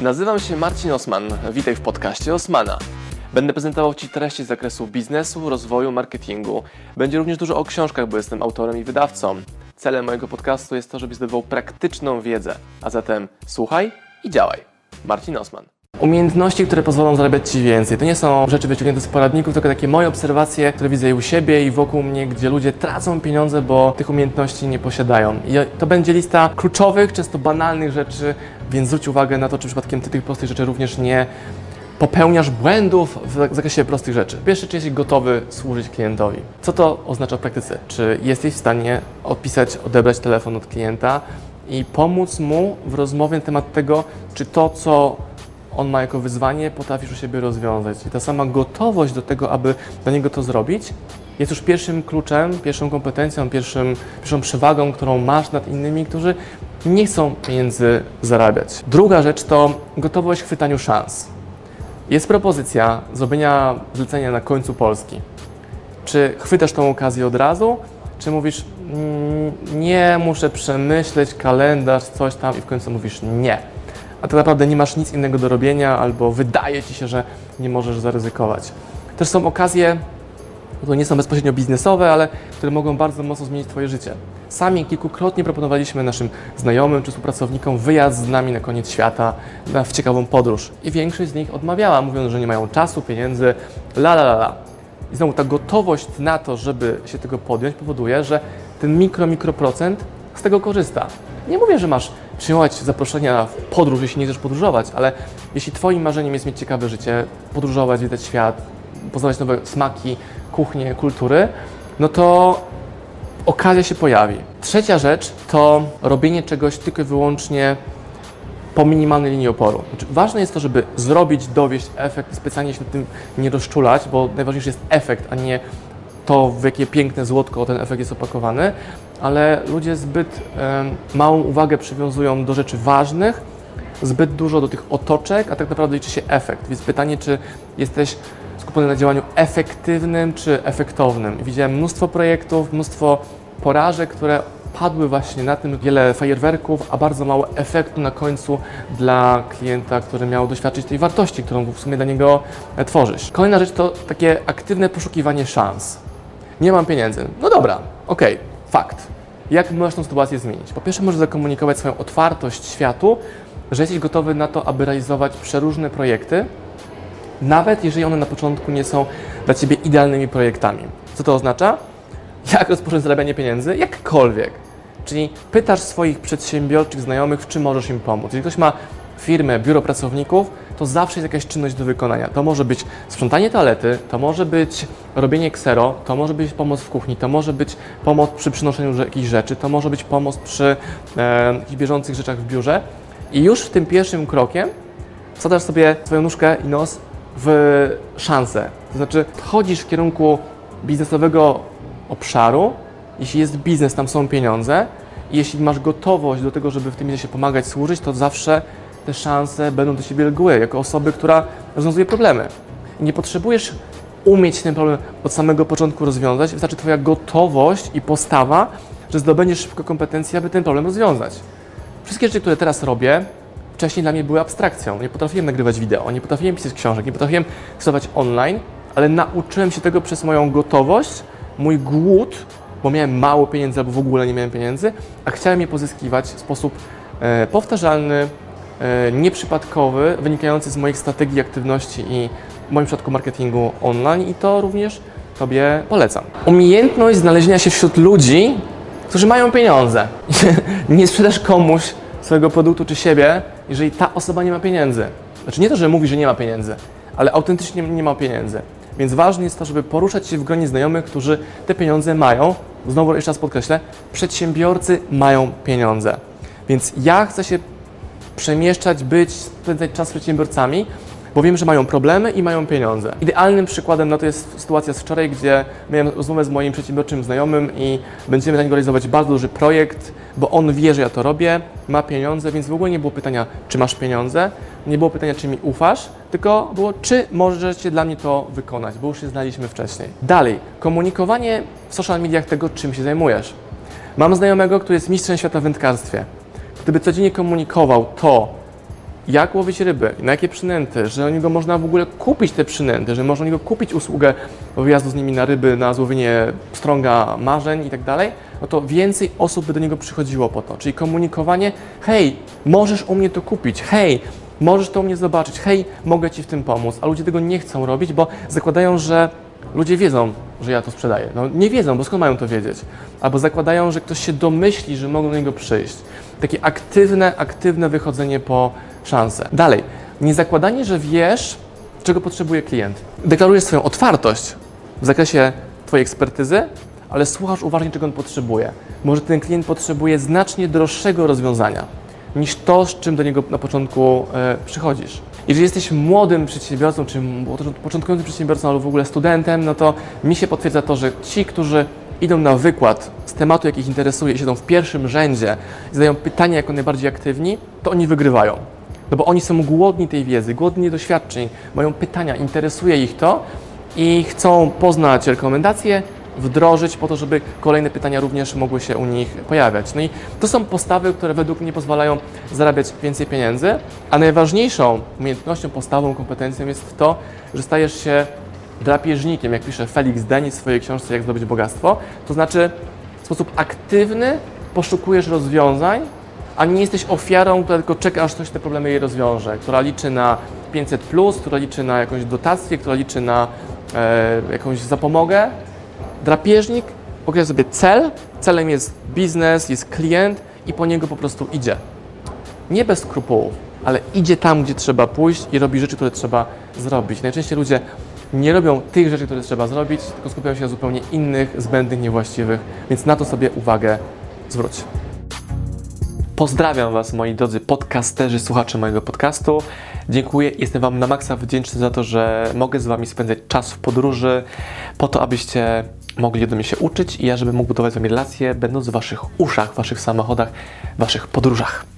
Nazywam się Marcin Osman. Witaj w podcaście Osmana. Będę prezentował Ci treści z zakresu biznesu, rozwoju, marketingu. Będzie również dużo o książkach, bo jestem autorem i wydawcą. Celem mojego podcastu jest to, żebyś zdobywał praktyczną wiedzę. A zatem słuchaj i działaj. Marcin Osman. Umiejętności, które pozwolą zarabiać Ci więcej. To nie są rzeczy wyciągnięte z poradników, tylko takie moje obserwacje, które widzę u siebie i wokół mnie, gdzie ludzie tracą pieniądze, bo tych umiejętności nie posiadają. I to będzie lista kluczowych, często banalnych rzeczy, więc zwróć uwagę na to, czy przypadkiem Ty tych prostych rzeczy również nie popełniasz błędów w zakresie prostych rzeczy. Pierwsze, czy jesteś gotowy służyć klientowi. Co to oznacza w praktyce? Czy jesteś w stanie odebrać telefon od klienta i pomóc mu w rozmowie na temat tego, czy to, co on ma jako wyzwanie, potrafisz u siebie rozwiązać. I ta sama gotowość do tego, aby dla niego to zrobić, jest już pierwszym kluczem, pierwszą kompetencją, pierwszą przewagą, którą masz nad innymi, którzy nie chcą pieniędzy zarabiać. Druga rzecz to gotowość w chwytaniu szans. Jest propozycja zrobienia zlecenia na końcu Polski. Czy chwytasz tą okazję od razu, czy mówisz nie, muszę przemyśleć kalendarz, coś tam i w końcu mówisz nie. A tak naprawdę nie masz nic innego do robienia albo wydaje Ci się, że nie możesz zaryzykować. Też są okazje, które nie są bezpośrednio biznesowe, ale które mogą bardzo mocno zmienić Twoje życie. Sami kilkukrotnie proponowaliśmy naszym znajomym czy współpracownikom wyjazd z nami na koniec świata, w ciekawą podróż. I większość z nich odmawiała, mówiąc, że nie mają czasu, pieniędzy, I znowu ta gotowość na to, żeby się tego podjąć, powoduje, że ten mikroprocent z tego korzysta. Nie mówię, że masz przyjmować zaproszenia w podróż, jeśli nie chcesz podróżować, ale jeśli Twoim marzeniem jest mieć ciekawe życie, podróżować, zwiedzać świat, poznawać nowe smaki, kuchnie, kultury, no to okazja się pojawi. Trzecia rzecz to robienie czegoś tylko i wyłącznie po minimalnej linii oporu. Znaczy, ważne jest to, żeby zrobić, dowieść efekt i specjalnie się na tym nie rozczulać, bo najważniejszy jest efekt, a nie to, w jakie piękne złotko ten efekt jest opakowany, ale ludzie zbyt małą uwagę przywiązują do rzeczy ważnych, zbyt dużo do tych otoczek, a tak naprawdę liczy się efekt. Więc pytanie, czy jesteś skupiony na działaniu efektywnym czy efektownym. Widziałem mnóstwo projektów, mnóstwo porażek, które padły właśnie na tym, wiele fajerwerków, a bardzo mało efektu na końcu dla klienta, który miał doświadczyć tej wartości, którą w sumie dla niego tworzysz. Kolejna rzecz to takie aktywne poszukiwanie szans. Nie mam pieniędzy. No dobra, okej, fakt. Jak możesz tą sytuację zmienić? Po pierwsze, możesz zakomunikować swoją otwartość światu, że jesteś gotowy na to, aby realizować przeróżne projekty, nawet jeżeli one na początku nie są dla Ciebie idealnymi projektami. Co to oznacza? Jak rozpocząć zarabianie pieniędzy? Jakkolwiek. Czyli pytasz swoich przedsiębiorczych znajomych, w czym możesz im pomóc. Jeżeli ktoś ma firmę, biuro pracowników, to zawsze jest jakaś czynność do wykonania. To może być sprzątanie toalety, to może być robienie ksero, to może być pomoc w kuchni, to może być pomoc przy przynoszeniu jakichś rzeczy, to może być pomoc przy jakichś bieżących rzeczach w biurze. I już w tym pierwszym krokiem wsadzasz sobie swoją nóżkę i nos w szansę. To znaczy wchodzisz w kierunku biznesowego obszaru, jeśli jest biznes, tam są pieniądze i jeśli masz gotowość do tego, żeby w tym biznesie pomagać, służyć, to zawsze te szanse będą do Ciebie lgły, jako osoby, która rozwiązuje problemy. I nie potrzebujesz umieć ten problem od samego początku rozwiązać, wystarczy Twoja gotowość i postawa, że zdobędziesz szybko kompetencje, aby ten problem rozwiązać. Wszystkie rzeczy, które teraz robię, wcześniej dla mnie były abstrakcją. Nie potrafiłem nagrywać wideo, nie potrafiłem pisać książek, nie potrafiłem stosować online, ale nauczyłem się tego przez moją gotowość, mój głód, bo miałem mało pieniędzy albo w ogóle nie miałem pieniędzy, a chciałem je pozyskiwać w sposób powtarzalny, nieprzypadkowy, wynikający z moich strategii aktywności i w moim przypadku marketingu online i to również Tobie polecam. Umiejętność znalezienia się wśród ludzi, którzy mają pieniądze. Nie sprzedasz komuś swojego produktu czy siebie, jeżeli ta osoba nie ma pieniędzy. Znaczy nie to, że mówi, że nie ma pieniędzy, ale autentycznie nie ma pieniędzy. Więc ważne jest to, żeby poruszać się w gronie znajomych, którzy te pieniądze mają. Znowu jeszcze raz podkreślę, przedsiębiorcy mają pieniądze. Więc ja chcę się przemieszczać, spędzać czas z przedsiębiorcami, bo wiem, że mają problemy i mają pieniądze. Idealnym przykładem na to jest sytuacja z wczoraj, gdzie miałem rozmowę z moim przedsiębiorczym znajomym i będziemy dla niego realizować bardzo duży projekt, bo on wie, że ja to robię, ma pieniądze, więc w ogóle nie było pytania, czy masz pieniądze, nie było pytania, czy mi ufasz, tylko było, czy możecie dla mnie to wykonać, bo już się znaliśmy wcześniej. Dalej, komunikowanie w social mediach tego, czym się zajmujesz. Mam znajomego, który jest mistrzem świata w wędkarstwie. Gdyby codziennie komunikował to, jak łowić ryby, na jakie przynęty, że u niego można w ogóle kupić te przynęty, że można u niego kupić usługę wyjazdu z nimi na ryby, na złowienie pstrąga marzeń i tak dalej, no to więcej osób by do niego przychodziło po to. Czyli komunikowanie, hej, możesz u mnie to kupić, hej, możesz to u mnie zobaczyć, hej, mogę Ci w tym pomóc, a ludzie tego nie chcą robić, bo zakładają, że ludzie wiedzą, że ja to sprzedaję. No nie wiedzą, bo skąd mają to wiedzieć? Albo zakładają, że ktoś się domyśli, że mogą do niego przyjść. Takie aktywne wychodzenie po szansę. Dalej, nie zakładanie, że wiesz, czego potrzebuje klient. Deklarujesz swoją otwartość w zakresie Twojej ekspertyzy, ale słuchasz uważnie, czego on potrzebuje. Może ten klient potrzebuje znacznie droższego rozwiązania niż to, z czym do niego na początku przychodzisz. Jeżeli jesteś młodym przedsiębiorcą, czy początkującym przedsiębiorcą, albo w ogóle studentem, no to mi się potwierdza to, że ci, którzy idą na wykład z tematu, jaki ich interesuje i siedzą w pierwszym rzędzie i zadają pytania jako najbardziej aktywni, to oni wygrywają. No bo oni są głodni tej wiedzy, głodni doświadczeń, mają pytania, interesuje ich to i chcą poznać rekomendacje, wdrożyć po to, żeby kolejne pytania również mogły się u nich pojawiać. No i to są postawy, które według mnie pozwalają zarabiać więcej pieniędzy, a najważniejszą umiejętnością, postawą, kompetencją jest to, że stajesz się drapieżnikiem, jak pisze Felix Deni w swojej książce Jak zdobyć bogactwo, to znaczy w sposób aktywny poszukujesz rozwiązań, a nie jesteś ofiarą, która tylko czeka, aż ktoś te problemy jej rozwiąże, która liczy na 500+, która liczy na jakąś dotację, która liczy na jakąś zapomogę. Drapieżnik określa sobie cel, celem jest biznes, jest klient i po niego po prostu idzie. Nie bez skrupułów, ale idzie tam, gdzie trzeba pójść i robi rzeczy, które trzeba zrobić. Najczęściej ludzie nie robią tych rzeczy, które trzeba zrobić, tylko skupiają się na zupełnie innych, zbędnych, niewłaściwych, więc na to sobie uwagę zwróć. Pozdrawiam Was, moi drodzy podcasterzy, słuchacze mojego podcastu. Dziękuję, jestem Wam na maksa wdzięczny za to, że mogę z Wami spędzać czas w podróży, po to, abyście mogli ode mnie się uczyć i ja, żebym mógł budować z Wami relacje, będąc w Waszych uszach, w Waszych samochodach, w Waszych podróżach.